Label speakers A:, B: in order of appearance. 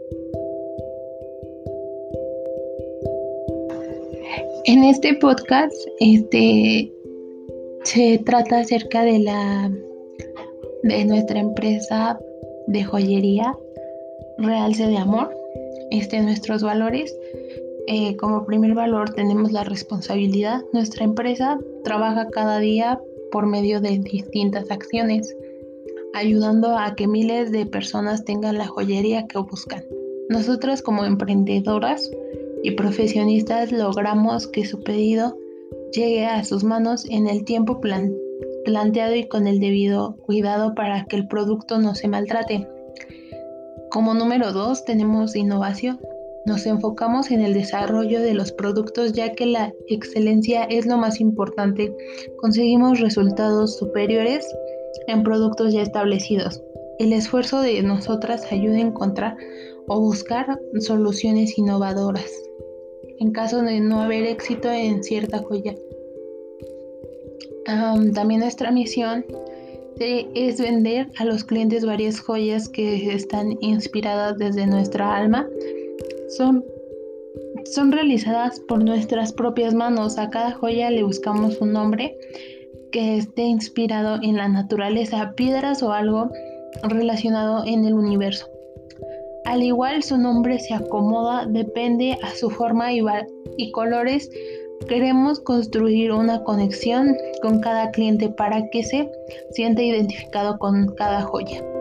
A: En este podcast, se trata acerca de nuestra empresa de joyería Realce de Amor, nuestros valores. Como primer valor tenemos la responsabilidad. Nuestra empresa trabaja cada día por medio de distintas acciones, ayudando a que miles de personas tengan la joyería que buscan. Nosotras como emprendedoras y profesionistas logramos que su pedido llegue a sus manos en el tiempo planteado y con el debido cuidado para que el producto no se maltrate. Como número 2 tenemos innovación. Nos enfocamos en el desarrollo de los productos ya que la excelencia es lo más importante. Conseguimos resultados superiores en productos ya establecidos. El esfuerzo de nosotras ayuda a encontrar o buscar soluciones innovadoras en caso de no haber éxito en cierta joya. También nuestra misión es vender a los clientes varias joyas que están inspiradas desde nuestra alma. Son realizadas por nuestras propias manos. A cada joya le buscamos un nombre que esté inspirado en la naturaleza, piedras o algo relacionado en el universo. Al igual su nombre se acomoda, depende a su forma y colores. Queremos construir una conexión con cada cliente para que se sienta identificado con cada joya.